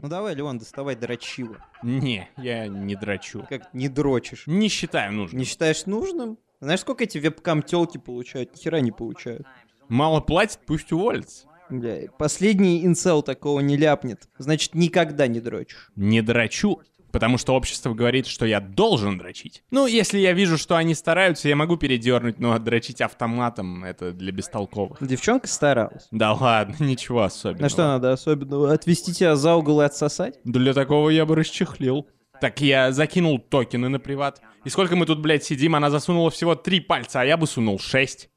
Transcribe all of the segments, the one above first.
Ну давай, Леон, доставай дрочило. Не, я не дрочу. Как не дрочишь? Не считаю нужным. Не считаешь нужным? Знаешь, сколько эти вебкам-телки получают? Ни хера не получают. Мало платит, пусть уволится. Бля, последний инцел такого не ляпнет. Значит, никогда не дрочишь. Не дрочу, потому что общество говорит, что я должен дрочить. Ну, если я вижу, что они стараются, я могу передернуть, но дрочить автоматом — это для бестолковых. Девчонка старалась. Да ладно, ничего особенного. На что надо особенного? Отвести тебя за угол и отсосать? Для такого я бы расчехлил. Так я закинул токены на приват. И сколько мы тут, блядь, сидим, она засунула всего 3 пальца, а я бы сунул 6.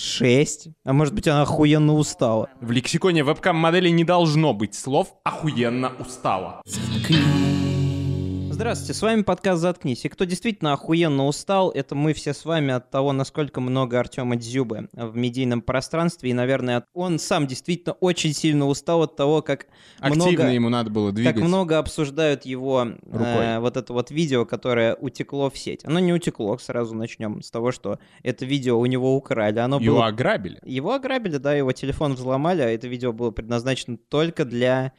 6? А может быть, она охуенно устала? В лексиконе вебкам-модели не должно быть слов «охуенно устала». Здравствуйте, с вами подкаст «Заткнись». И кто действительно охуенно устал, это мы все с вами от того, насколько много Артема Дзюбы в медийном пространстве. И, наверное, он сам действительно очень сильно устал от того, как Активно ему надо было двигать. Как много обсуждают его вот это вот видео, которое утекло в сеть. Оно не утекло, сразу начнем с того, что это видео у него украли. Его ограбили? Его ограбили, да, его телефон взломали, а это видео было предназначено только для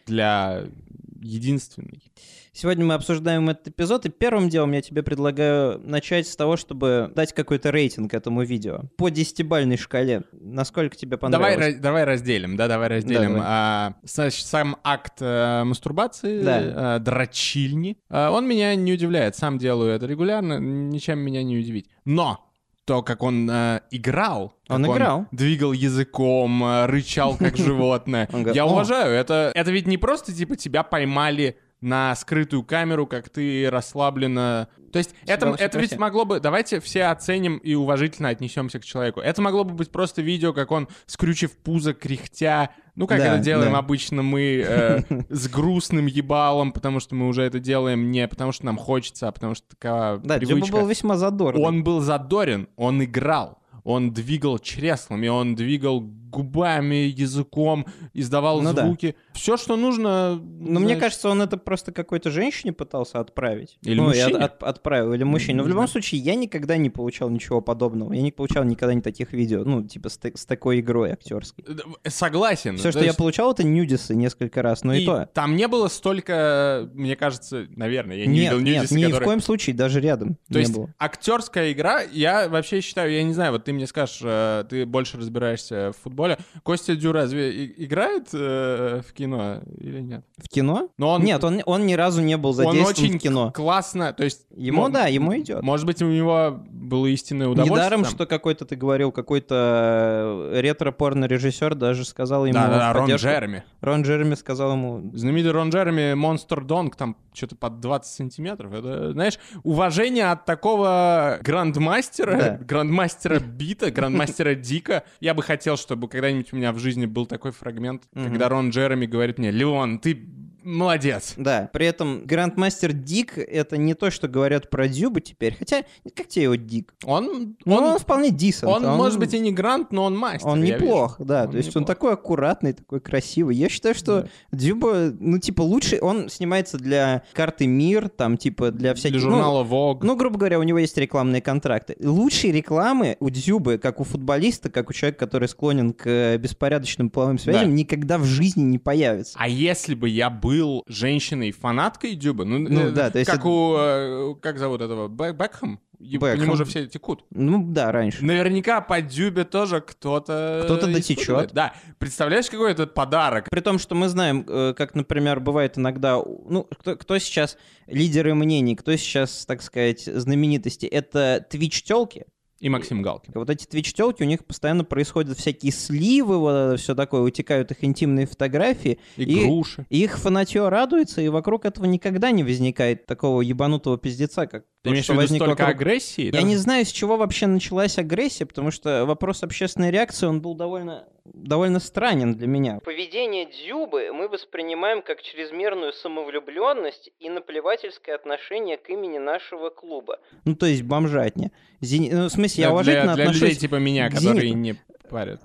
единственной. Сегодня мы обсуждаем этот эпизод, и первым делом я тебе предлагаю начать с того, чтобы дать какой-то рейтинг этому видео. По 10-бальной шкале. Насколько тебе понравилось? Давай разделим, да, давай разделим. Да, Значит, сам акт мастурбации, Да. дрочильни, он меня не удивляет. Сам делаю это регулярно, ничем меня не удивить. Но то, как он играл, Он двигал языком, рычал как животное, я уважаю. Это ведь не просто типа тебя поймали на скрытую камеру, как ты расслабленно... То есть это ведь могло бы... Давайте все оценим и уважительно отнесемся к человеку. Это могло бы быть просто видео, как он, скрючив пузо, кряхтя... Ну, как это делаем обычно мы с грустным ебалом, потому что мы уже это делаем не потому, что нам хочется, а потому что такова привычка. Да, Дзюба был весьма задорный. Он был задорен, он играл. Он двигал чреслами, он двигал губами, языком, издавал звуки. Да. Все, что нужно... Но мне кажется, он это просто какой-то женщине пытался отправить. Или мужчине. Отправил, или мужчине. Но в любом случае, я никогда не получал ничего подобного. Я не получал никогда ни таких видео, ну, типа с такой игрой актерской. Согласен. Все, что я получал, это нюдисы несколько раз, но и то. Там не было столько, мне кажется, наверное, я не видел нюдисы, Нет, ни в коем случае, даже рядом то не есть было. Актерская игра, я вообще считаю, я не знаю, вот ты мне скажешь, ты больше разбираешься в футболе. Костя Дю разве играет в кино или нет? В кино? Но нет, он ни разу не был задействован в кино. Он очень классно, то есть... Ему идет. Может быть, у него было истинное удовольствие. Недаром, что какой-то, ты говорил, какой-то ретро-порно-режиссер даже сказал ему... Да, Рон Джереми. Рон Джереми сказал ему... Знаменитый Рон Джереми, Monster Dong, там что-то под 20 сантиметров. Это, знаешь, уважение от такого грандмастера, грандмастера бита, грандмастера Дика. Я бы хотел, чтобы когда-нибудь у меня в жизни был такой фрагмент, когда Рон Джереми говорит мне: «Леон, ты молодец». Да, при этом Грандмастер Дик — это не то, что говорят про Дзюбу теперь. Хотя, как тебе его Дик? Он вполне дисент. Он, может быть, и не грант, но он мастер. Он неплох, да. То есть он такой аккуратный, такой красивый. Я считаю, что Дзюба, ну, типа, лучше... Он снимается для карты «Мир», там, типа, для всяких... Для журнала Vogue. Ну, грубо говоря, у него есть рекламные контракты. Лучшей рекламы у Дзюбы, как у футболиста, как у человека, который склонен к беспорядочным половым связям, никогда в жизни не появится. А если бы я был женщиной-фанаткой Дзюбы, да, то есть как у... Как зовут этого? Бекхэм? По нему же все текут. Ну да, раньше. Наверняка по Дзюбе тоже кто-то дотечет. Да. Представляешь, какой это подарок? При том, что мы знаем, как, например, бывает иногда... Ну, кто сейчас лидеры мнений, кто сейчас, так сказать, знаменитости? Это твич-телки. И Максим Галкин. Вот эти твич-телки, у них постоянно происходят всякие сливы, вот все такое, утекают их интимные фотографии. И груши. И их фанатье радуется, и вокруг этого никогда не возникает такого ебанутого пиздеца, как ты имеешь в виду столько агрессии? Я не знаю, с чего вообще началась агрессия, потому что вопрос общественной реакции, он был довольно странен для меня. Поведение Дзюбы мы воспринимаем как чрезмерную самовлюбленность и наплевательское отношение к имени нашего клуба. Ну, то есть бомжатня. Ну, в смысле, я уважительно отношусь... Для людей типа меня, которые не парят.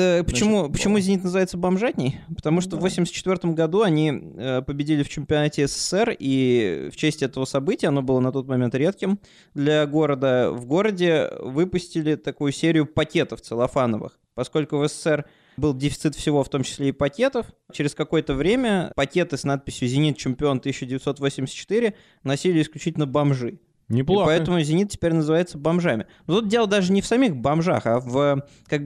Почему «Зенит» называется бомжатней? Потому что в 1984 году они победили в чемпионате СССР, и в честь этого события, оно было на тот момент редким для города, в городе выпустили такую серию пакетов целлофановых. Поскольку в СССР был дефицит всего, в том числе и пакетов. Через какое-то время пакеты с надписью «Зенит чемпион 1984» носили исключительно бомжи. Неплохо. И поэтому «Зенит» теперь называется бомжами. Но тут дело даже не в самих бомжах, а в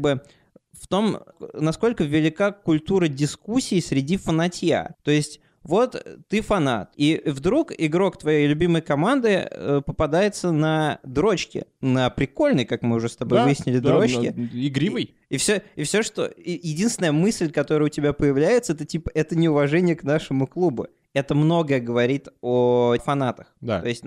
том, насколько велика культура дискуссий среди фанатья. То есть вот ты фанат, и вдруг игрок твоей любимой команды попадается на дрочке, на прикольной, как мы уже с тобой выяснили, дрочке. Игривый. И все, что... единственная мысль, которая у тебя появляется, это типа, это неуважение к нашему клубу. Это многое говорит о фанатах. Да. То есть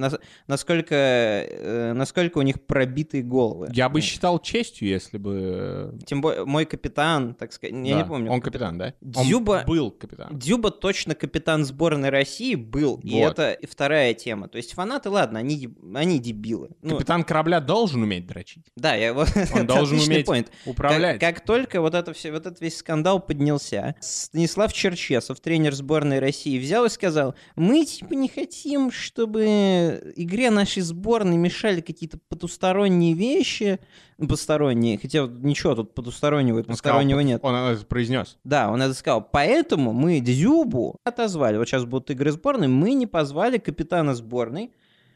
насколько у них пробитые головы. Я бы считал честью, если бы... Тем более, мой капитан, так сказать, я не помню. Он капитан, да? Дзюба... Он был капитан. Дзюба точно капитан сборной России был, вот. И это вторая тема. То есть фанаты, ладно, они дебилы. Капитан корабля должен уметь дрочить. Да, он должен уметь управлять. Как только вот этот весь скандал поднялся, Станислав Черчесов, тренер сборной России, взял и сказал: мы типа не хотим, чтобы игре нашей сборной мешали какие-то потусторонние вещи. Посторонние, хотя ничего тут потустороннего нет. Он это произнес. Да, он это сказал. Поэтому мы Дзюбу отозвали. Вот сейчас будут игры сборной. Мы не позвали капитана сборной,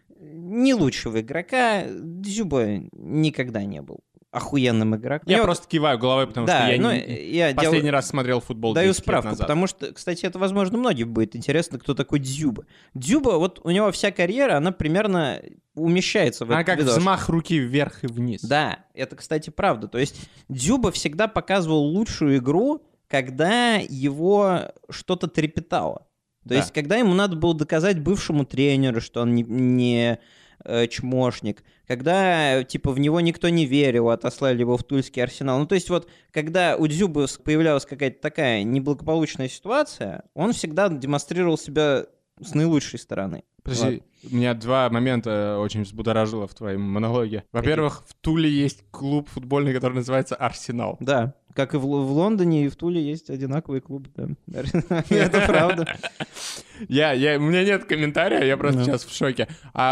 не лучшего игрока. Дзюба никогда не был охуенным игроком. Я просто киваю головой, потому что я последний раз смотрел футбол 10 лет назад. Даю справку, потому что, кстати, это, возможно, многим будет интересно, кто такой Дзюба. Дзюба, вот у него вся карьера, она примерно умещается в этот видос. Как взмах руки вверх и вниз. Да, это, кстати, правда. То есть Дзюба всегда показывал лучшую игру, когда его что-то трепетало. То есть когда ему надо было доказать бывшему тренеру, что он не чмошник, когда, типа, в него никто не верил, отослали его в Тульский Арсенал. Ну, то есть вот, когда у Дзюбы появлялась какая-то такая неблагополучная ситуация, он всегда демонстрировал себя с наилучшей стороны. Подожди, меня два момента очень взбудоражило в твоем монологе. Во-первых, в Туле есть клуб футбольный, который называется «Арсенал». Да, как и в Лондоне, и в Туле есть одинаковый клуб. Да. Это правда. У меня нет комментария, я просто сейчас в шоке.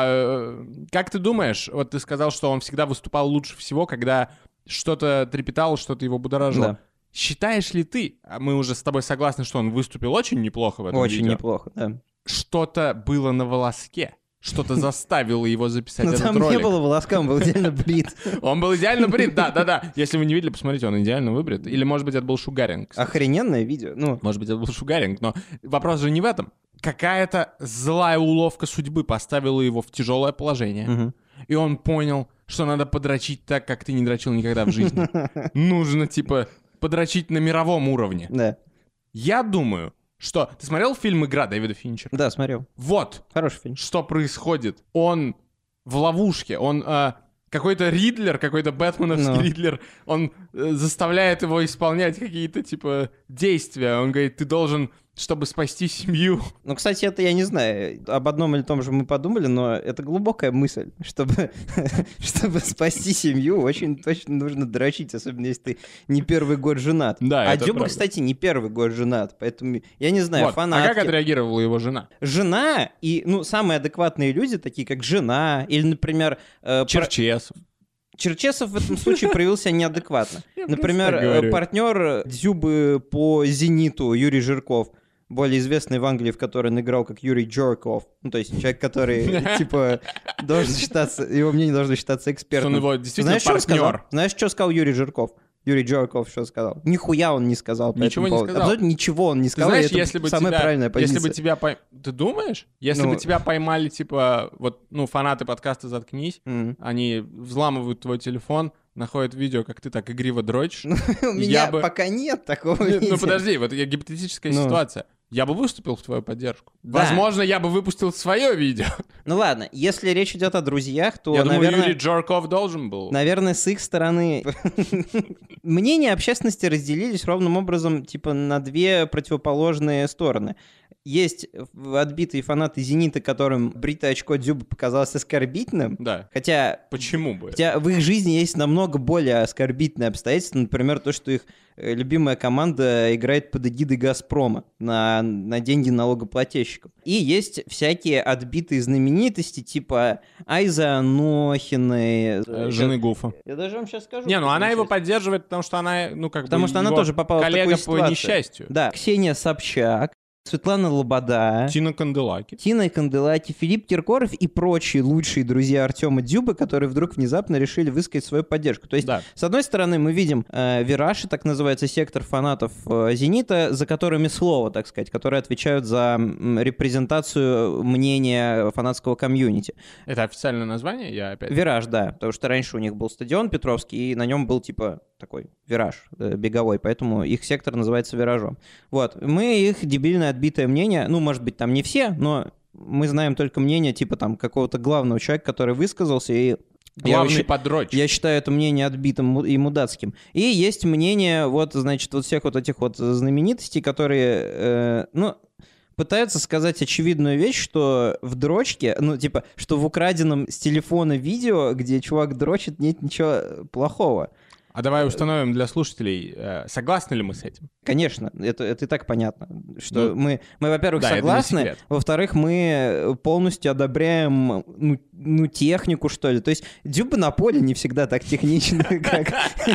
А как ты думаешь, вот ты сказал, что он всегда выступал лучше всего, когда что-то трепетало, что-то его будоражило. Да. Считаешь ли ты, мы уже с тобой согласны, что он выступил очень неплохо в этом видео? Очень неплохо, да. Что-то было на волоске? Что-то заставило его записать этот ролик? Там не было волоска, он был идеально брит. Он был идеально брит, да. Если вы не видели, посмотрите, он идеально выбрит. Или, может быть, это был шугаринг. Охрененное видео. Может быть, это был шугаринг, но вопрос же не в этом. Какая-то злая уловка судьбы поставила его в тяжелое положение. И он понял, что надо подрочить так, как ты не дрочил никогда в жизни. Нужно, типа, подрочить на мировом уровне. Да. Я думаю, что... Ты смотрел фильм «Игра» Дэвида Финчера? Да, смотрел. Вот. Хороший фильм. Что происходит? Он в ловушке, он... какой-то Ридлер, какой-то бэтменовский Ридлер, он заставляет его исполнять какие-то, типа, действия. Он говорит, ты должен, чтобы спасти семью. Ну, кстати, это я не знаю. Об одном или том же мы подумали, но это глубокая мысль. Чтобы спасти семью, очень точно нужно дрочить, особенно если ты не первый год женат. Да, а Дзюба, кстати, не первый год женат, поэтому я не знаю, фанатки. А как отреагировала его жена? Жена и, самые адекватные люди, такие как жена или, например... Черчесов. Черчесов в этом случае проявился неадекватно. Например, партнер Дзюбы по «Зениту» Юрий Жирков, более известный в Англии, в которой он играл как Юрий Джорков. Ну, то есть человек, который, типа, должен считаться, его мнение должно считаться экспертом. Он его действительно партнер. Знаешь, что сказал Юрий Жирков? Юрий Джорков что сказал? Нихуя он не сказал по этому поводу. Абсолютно ничего он не сказал. Ты знаешь, это если бы самая правильная позиция. Если бы тебя Ты думаешь? Если бы тебя поймали, типа, вот, фанаты подкаста «Заткнись», они взламывают твой телефон, находят видео, как ты так игриво дрочишь. У меня пока нет такого видео. Ну, подожди, вот гипотетическая ситуация. Я бы выступил в твою поддержку. Да. Возможно, я бы выпустил свое видео. Ну ладно, если речь идет о друзьях, то, наверное... Юрий Джорков должен был. Наверное, с их стороны... Мнения общественности разделились ровным образом, типа, на две противоположные стороны. есть отбитые фанаты «Зенита», которым бритое очко Дзюбы показалось оскорбительным. Да. Хотя... Почему бы? Хотя в их жизни есть намного более оскорбительные обстоятельства. Например, то, что их любимая команда играет под эгидой «Газпрома» на деньги налогоплательщиков. И есть всякие отбитые знаменитости, типа Айза Анохиной. Жены Гуфа. Я даже вам сейчас скажу. Не, ну она его поддерживает, потому что она, потому что она тоже попала в такую ситуацию. Коллега по несчастью. Да, Ксения Собчак, Светлана Лобода, Тина Канделаки, Филипп Киркоров и прочие лучшие друзья Артема Дзюбы, которые вдруг внезапно решили высказать свою поддержку. То есть, с одной стороны, мы видим Вираж, так называется сектор фанатов «Зенита», за которыми слово, так сказать, которые отвечают за репрезентацию мнения фанатского комьюнити. Это официальное название? Я опять... Вираж, да, потому что раньше у них был стадион Петровский, и на нем был типа такой вираж беговой, поэтому их сектор называется «Виражом». Вот, мы их дебильное отбитое мнение, ну, может быть, там не все, но мы знаем только мнение типа там какого-то главного человека, который высказался, и главный подрочь. Я считаю это мнение отбитым и мудацким. И есть мнение вот, значит, вот всех вот этих вот знаменитостей, которые, пытаются сказать очевидную вещь, что в дрочке, ну, типа, что в украденном с телефона видео, где чувак дрочит, нет ничего плохого. А давай установим для слушателей, согласны ли мы с этим? Конечно, это и так понятно, что мы, во-первых, да, согласны, во-вторых, мы полностью одобряем, технику, что ли. То есть Дзюба на поле не всегда так технично, как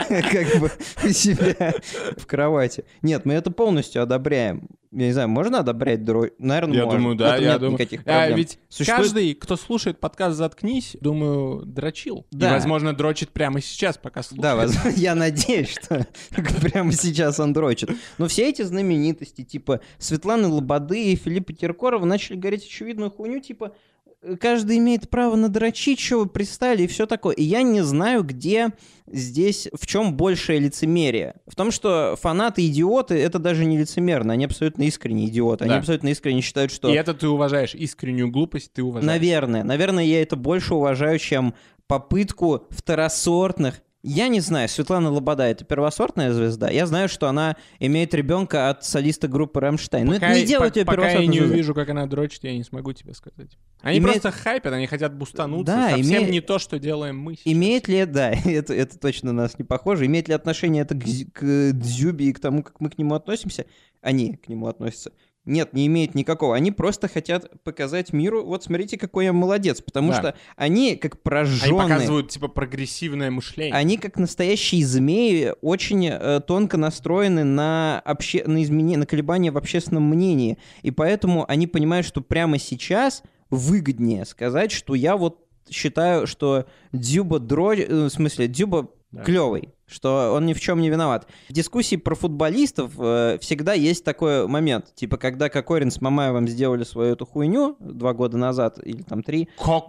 бы у себя в кровати. Нет, мы это полностью одобряем. Я не знаю, можно одобрять дрочь? Наверное, я можно. Думаю, да, я думаю. Никаких проблем. Ведь каждый, кто слушает подкаст «Заткнись», думаю, дрочил. Да. И, возможно, дрочит прямо сейчас, пока слушает. Да, я надеюсь, что прямо сейчас он дрочит. Но все эти знаменитости, типа Светланы Лободы и Филиппа Киркорова, начали говорить очевидную хуйню, типа каждый имеет право надрочить, что вы пристали, и все такое. И я не знаю, где здесь, в чем большее лицемерие. В том, что фанаты-идиоты — это даже не лицемерно, они абсолютно искренние идиоты. Они абсолютно искренне считают, что... И это ты уважаешь, искреннюю глупость ты уважаешь. Наверное, я это больше уважаю, чем попытку второсортных. Я не знаю, Светлана Лобода — это первосортная звезда. Я знаю, что она имеет ребенка от солиста группы «Рамштайн». Но это не делает ее первосортной звездой. Пока я не увижу, как она дрочит, я не смогу тебе сказать. Они просто хайпят, они хотят бустануться. Да, совсем не то, что делаем мы сейчас. Имеет ли, да, это точно на нас не похоже, имеет ли отношение это к Дзюбе и к тому, как мы к нему относимся? Они к нему относятся. Нет, не имеет никакого. Они просто хотят показать миру, вот смотрите, какой я молодец, потому что они как прожженные... Они показывают, типа, прогрессивное мышление. Они как настоящие змеи очень тонко настроены на изменения, на колебания в общественном мнении. И поэтому они понимают, что прямо сейчас выгоднее сказать, что я вот считаю, что Дзюба клевый, что он ни в чем не виноват. В дискуссии про футболистов всегда есть такой момент, типа, когда Кокорин с Мамаевым сделали свою эту хуйню 2 года назад, или там 3.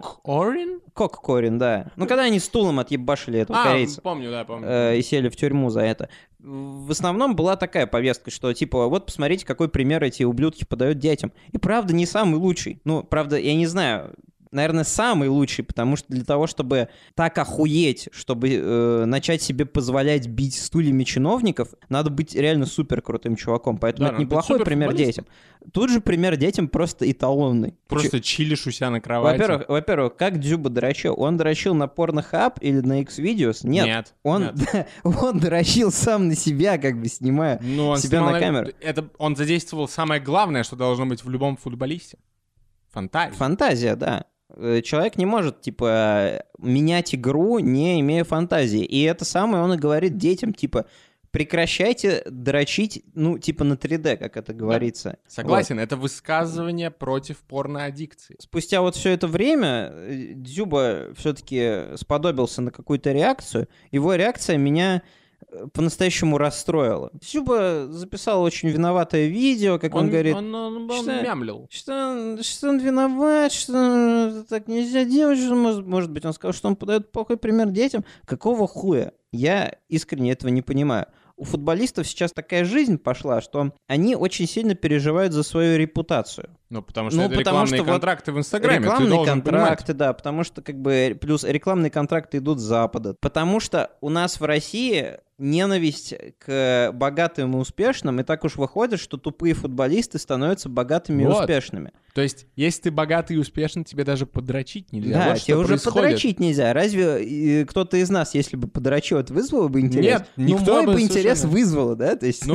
Кокорин, да. Ну, когда они стулом отъебашили этого корейца. Помню. И сели в тюрьму за это. В основном была такая повестка, что, типа, вот посмотрите, какой пример эти ублюдки подают детям. И правда не самый лучший. Ну, правда, я не знаю... Наверное, самый лучший, потому что для того, чтобы так охуеть, чтобы начать себе позволять бить стульями чиновников, надо быть реально супер крутым чуваком. Поэтому это неплохой пример детям. Тут же пример детям просто эталонный. Просто чилишь у себя на кровати. Во-первых, как Дзюба дрочил? Он дрочил на Pornhub или на X-Videos? Нет. Он дрочил сам на себя, как бы снимая себя на камеру. Он задействовал самое главное, что должно быть в любом футболисте. Фантазия. Фантазия, да. Человек не может, типа, менять игру, не имея фантазии. И это самое он и говорит детям, типа, прекращайте дрочить, ну, типа, на 3D, как это говорится. Да. Согласен, это высказывание против порноаддикции. Спустя вот все это время Дзюба все-таки сподобился на какую-то реакцию. Его реакция меня... по-настоящему расстроило. Дзюба записал очень виноватое видео, как он говорит... Он мямлил. Что он виноват, что так нельзя делать, что, может быть, он сказал, что он подает плохой пример детям. Какого хуя? Я искренне этого не понимаю. У футболистов сейчас такая жизнь пошла, что они очень сильно переживают за свою репутацию. Ну, потому что это рекламные контракты в Инстаграме, рекламные ты должен контракты, понимать. Да, потому что как бы плюс рекламные контракты идут с Запада. Потому что у нас в России ненависть к богатым и успешным, и так уж выходит, что тупые футболисты становятся богатыми и успешными. То есть, если ты богатый и успешный, тебе даже подрочить нельзя. Да, вот тебе уже подрочить нельзя. Разве кто-то из нас, если бы подрочил, это вызвало бы интерес? Нет, никто мой бы интерес вызвало, да? То есть...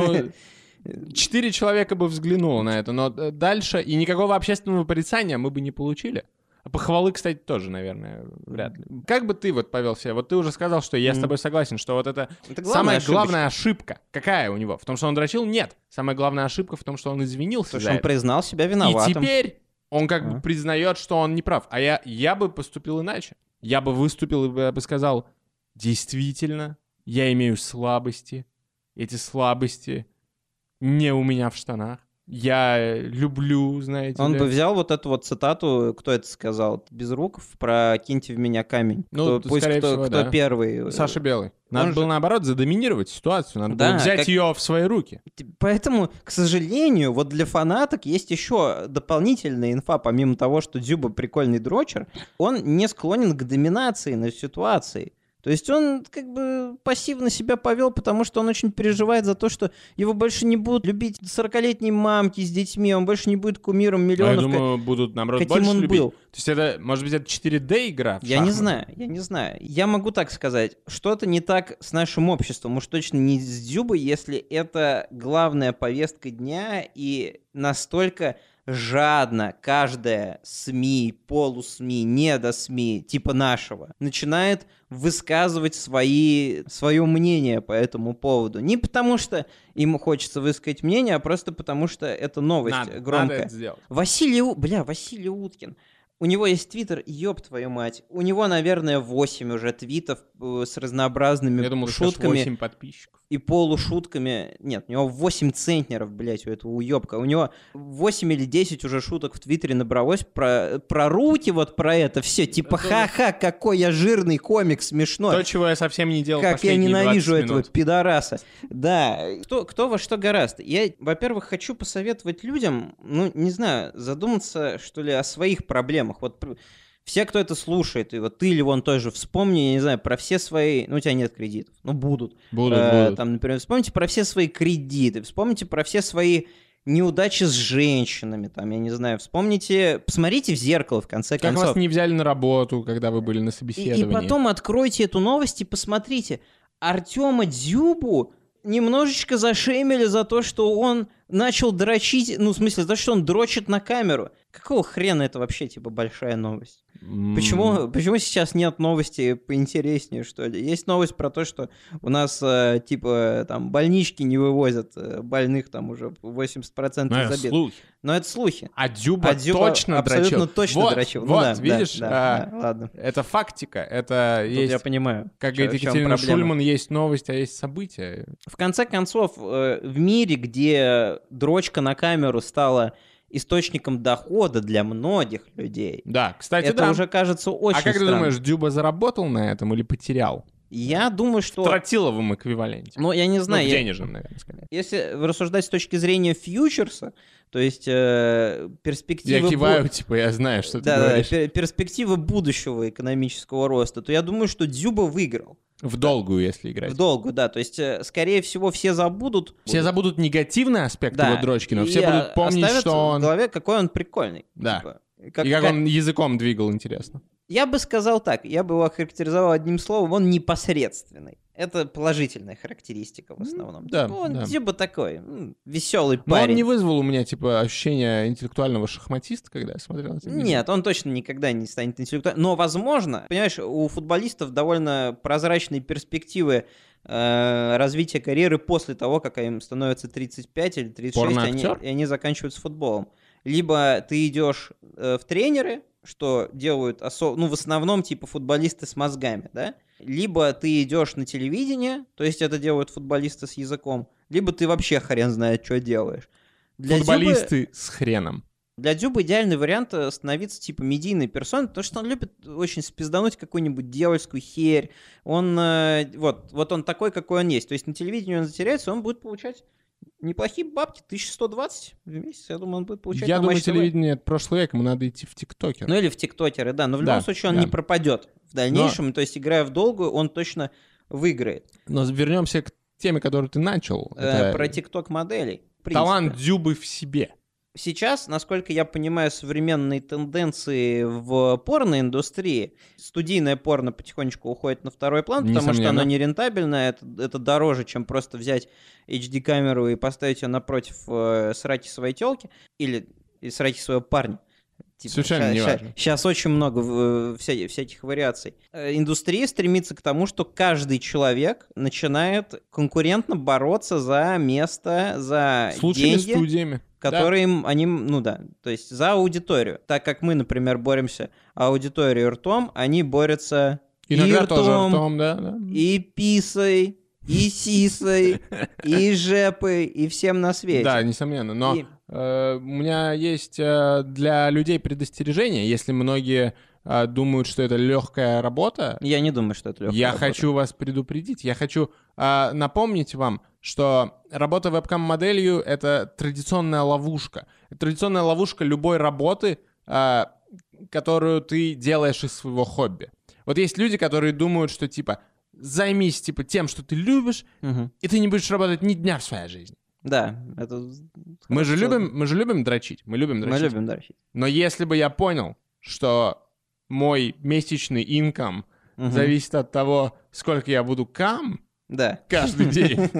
4 человека бы взглянуло на это, но дальше и никакого общественного порицания мы бы не получили. А похвалы, кстати, тоже, наверное, вряд ли. Как бы ты вот повел себя? Вот ты уже сказал, что я с тобой согласен, что вот это самая главная ошибка. Какая у него? В том, что он дрочил? Нет. Самая главная ошибка в том, что он извинился. Потому что он признал себя виноватым. И теперь он как бы признает, что он не прав. А я бы поступил иначе. Я бы выступил и бы сказал, действительно, я имею слабости. Эти слабости не у меня в штанах. Я люблю, знаете. Он бы взял вот эту вот цитату, кто это сказал, Безруков, про «киньте в меня камень». Ну, пусть кто первый. Саша Белый. Надо было, наоборот, задоминировать ситуацию. Надо было взять ее в свои руки. Поэтому, к сожалению, вот для фанаток есть еще дополнительная инфа, помимо того, что Дзюба прикольный дрочер, он не склонен к доминации над ситуацией. То есть он как бы пассивно себя повел, потому что он очень переживает за то, что его больше не будут любить 40-летние мамки с детьми, он больше не будет кумиром миллионов. Я думаю, будут, наоборот, каким больше он любить. был. То есть это, может быть, это 4D-игра? Я не знаю. Я могу так сказать, что-то не так с нашим обществом, уж точно не с Дзюбой, если это главная повестка дня и настолько жадно каждая СМИ, полусМИ, недо-СМИ, типа нашего, начинает высказывать свое мнение по этому поводу. Не потому, что ему хочется высказать мнение, а просто потому, что это новость громкая. Надо это сделать. Василий Уткин. У него есть твиттер, ёб твою мать. У него, наверное, 8 уже твитов с разнообразными шутками. 8 подписчиков. И полушутками. Нет, у него 8 центнеров, блядь, у этого уёбка. У него 8 или 10 уже шуток в твиттере набралось про руки, вот про это все. Типа, ха-ха, какой я жирный комик, смешной. То, чего я совсем не делал как я ненавижу этого минут. пидораса. Да, кто во что гораст. Я, во-первых, хочу посоветовать людям, ну, не знаю, задуматься, что ли, о своих проблемах. Вот все, кто это слушает, и вот ты или вон тоже, вспомни, я не знаю, про все свои... Ну, у тебя нет кредитов, ну, будут. Будут. Там, например, вспомните про все свои кредиты, вспомните про все свои неудачи с женщинами, там, я не знаю, вспомните, посмотрите в зеркало, в конце концов. Как вас не взяли на работу, когда вы были на собеседовании. И потом откройте эту новость и посмотрите. Артема Дзюбу немножечко зашеймили за то, что он начал дрочить, ну, в смысле, за то, что он дрочит на камеру. Какого хрена это вообще, типа, большая новость? Почему сейчас нет новости поинтереснее, что ли? Есть новость про то, что у нас, типа, там, больнички не вывозят больных, там, уже 80% забит. Слухи. Но это слухи. А Дзюба точно абсолютно дрочил. точно дрочил. Вот, да, видишь? ладно. Это фактика. Это Тут есть... я понимаю. Как говорит Екатерина Шульман, есть новость, а есть события. В конце концов, в мире, где дрочка на камеру стала источником дохода для многих людей. Да, кстати, это уже кажется очень странным. А как ты думаешь, Дзюба заработал на этом или потерял? Я думаю, что... В тротиловом эквиваленте. Ну, я не знаю. В денежном, наверное, скорее. Если рассуждать с точки зрения фьючерса, то есть перспективы... Я киваю, типа, я знаю, что ты говоришь. Да, перспективы будущего экономического роста, то я думаю, что Дзюба выиграл. В долгую, если играть. В долгую, да. То есть, скорее всего, все забудут... Все забудут негативный аспект его дрочки, но все будут помнить, что он... в голове, какой он прикольный. Да. Типа, и как он языком двигал, интересно. Я бы сказал так, я бы его охарактеризовал одним словом, он непосредственный. Это положительная характеристика в основном. Да, он типа такой, веселый парень. Но он не вызвал у меня, типа, ощущения интеллектуального шахматиста, когда я смотрел это видео. Нет, он точно никогда не станет интеллектуальным. Но, возможно, понимаешь, у футболистов довольно прозрачные перспективы развития карьеры после того, как им становится 35 или 36, и они заканчивают с футболом. Либо ты идешь в тренеры, что делают в основном типа футболисты с мозгами, да? Либо ты идешь на телевидение, то есть это делают футболисты с языком, либо ты вообще хрен знает, что делаешь. Футболисты с хреном. Для Дзюбы идеальный вариант становиться типа медийной персоной, потому что он любит очень спиздануть какую-нибудь дьявольскую херь. Он вот он такой, какой он есть. То есть на телевидении он затеряется, он будет получать неплохие бабки, 1120 в месяц, я думаю, он будет получать. Я на думаю, Матч ТВ. телевидение — это прошлый век, ему надо идти в тиктокер. Ну или в тиктокеры, да, но в любом случае он да. не пропадет в дальнейшем, то есть играя в долгую, он точно выиграет. Но вернемся к теме, которую ты начал. Про тикток-моделей. Талант Дзюбы в себе. Сейчас, насколько я понимаю, современные тенденции в порноиндустрии, студийное порно потихонечку уходит на второй план, потому что оно нерентабельно, это дороже, чем просто взять HD-камеру и поставить ее напротив сраки своей телки или сраки своего парня. Типа, совершенно не важно. Сейчас очень много всяких вариаций. Индустрия стремится к тому, что каждый человек начинает конкурентно бороться за место, за с лучшими деньги, студиями, которые они, то есть за аудиторию. Так как мы, например, боремся аудиторией ртом, они борются иногда и ртом, тоже ртом, да. И писой, и сисой, и жепой, и всем на свете. Да, несомненно. Но у меня есть для людей предостережение, если многие думают, что это легкая работа. Я не думаю, что это легкая работа. Я хочу вас предупредить. Я хочу напомнить вам, что работа вебкам-моделью — это традиционная ловушка. Это традиционная ловушка любой работы, которую ты делаешь из своего хобби. Вот есть люди, которые думают, что типа займись типа тем, что ты любишь, и ты не будешь работать ни дня в своей жизни. Да, это... Мы же любим дрочить. Мы любим дрочить. Но если бы я понял, что мой месячный инком зависит от того, сколько я буду каждый день,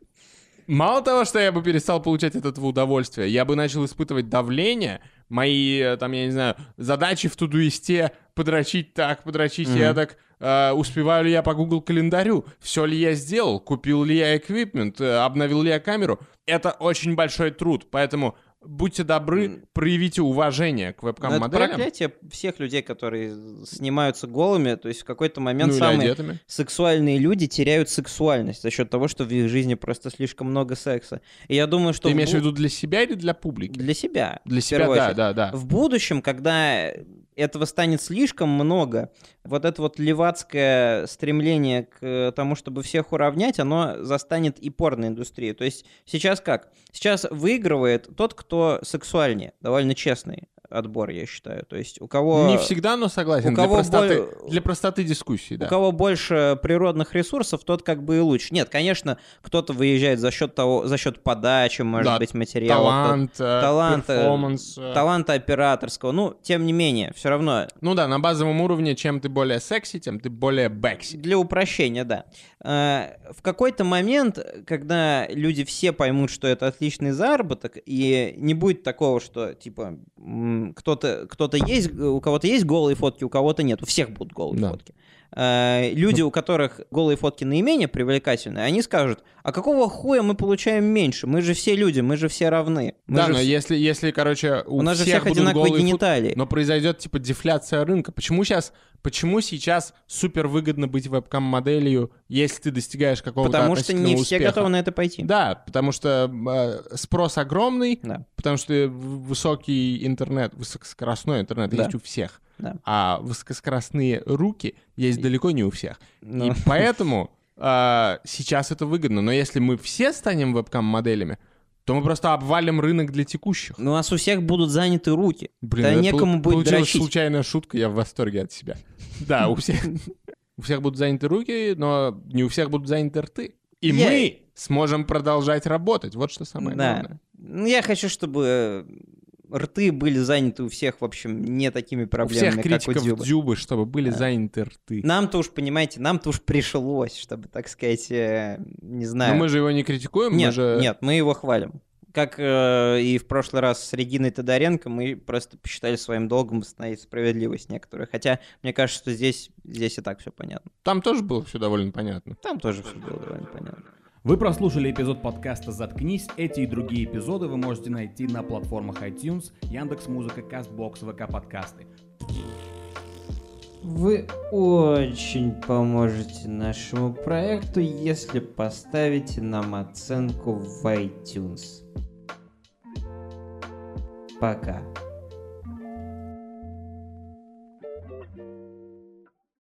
мало того, что я бы перестал получать от этого удовольствие, я бы начал испытывать давление, мои, там, я не знаю, задачи в тудуисте подрочить так, подрочить эдак, успеваю ли я по Google календарю, все ли я сделал, купил ли я эквипмент, обновил ли я камеру. Это очень большой труд, поэтому будьте добры, проявите уважение к вебкам-моделям. Это проклятие всех людей, которые снимаются голыми, то есть в какой-то момент самые сексуальные люди теряют сексуальность за счет того, что в их жизни просто слишком много секса. И я думаю, что... Ты имеешь в виду для себя или для публики? Для себя. Для себя, да. В будущем, когда этого станет слишком много, вот это вот левацкое стремление к тому, чтобы всех уравнять, оно застанет и порноиндустрию. То есть сейчас как? Сейчас выигрывает тот, кто сексуальнее, довольно честный отбор, я считаю. То есть у кого... Не всегда, но согласен. Для простоты дискуссии, да. У кого больше природных ресурсов, тот как бы и лучше. Нет, конечно, кто-то выезжает за счет подачи, может быть, материала. Таланта операторского. Ну, тем не менее, все равно. Ну да, на базовом уровне, чем ты более секси, тем ты более бэкси. Для упрощения, да. В какой-то момент, когда люди все поймут, что это отличный заработок, и не будет такого, что, типа, кто-то есть, у кого-то есть голые фотки, у кого-то нет. У всех будут голые фотки. Люди, у которых голые фотки наименее привлекательные, они скажут, а какого хуя мы получаем меньше? Мы же все люди, мы же все равны. Но если, короче, у нас же всех одинаковые гениталии. Но произойдет, типа, дефляция рынка. Почему сейчас супер выгодно быть вебкам-моделью, если ты достигаешь какого-то относительного успеха? Потому что не все готовы на это пойти. Да, потому что спрос огромный, потому что высокий интернет, высокоскоростной интернет есть у всех. Да. А высокоскоростные руки есть далеко не у всех. И поэтому сейчас это выгодно. Но если мы все станем вебкам-моделями, то мы просто обвалим рынок для текущих. Но у нас у всех будут заняты руки. Блин, некому будет дрочить. Получилась случайная шутка, я в восторге от себя. Да, у всех будут заняты руки, но не у всех будут заняты рты. И мы сможем продолжать работать. Вот что самое главное. Я хочу, чтобы... рты были заняты у всех, в общем, не такими проблемами, как у Дзюбы. У всех критиков Дзюбы, чтобы были заняты рты. Нам-то уж, понимаете, пришлось, чтобы, так сказать, не знаю... Но мы же его не критикуем, Нет, мы его хвалим. Как и в прошлый раз с Региной Тодоренко, мы просто посчитали своим долгом восстановить справедливость некоторую. Хотя, мне кажется, что здесь и так все понятно. Там тоже было все довольно понятно. Там тоже все было довольно понятно. Вы прослушали эпизод подкаста «Заткнись». Эти и другие эпизоды вы можете найти на платформах iTunes, Яндекс.Музыка, Кастбокс, ВК-подкасты. Вы очень поможете нашему проекту, если поставите нам оценку в iTunes. Пока.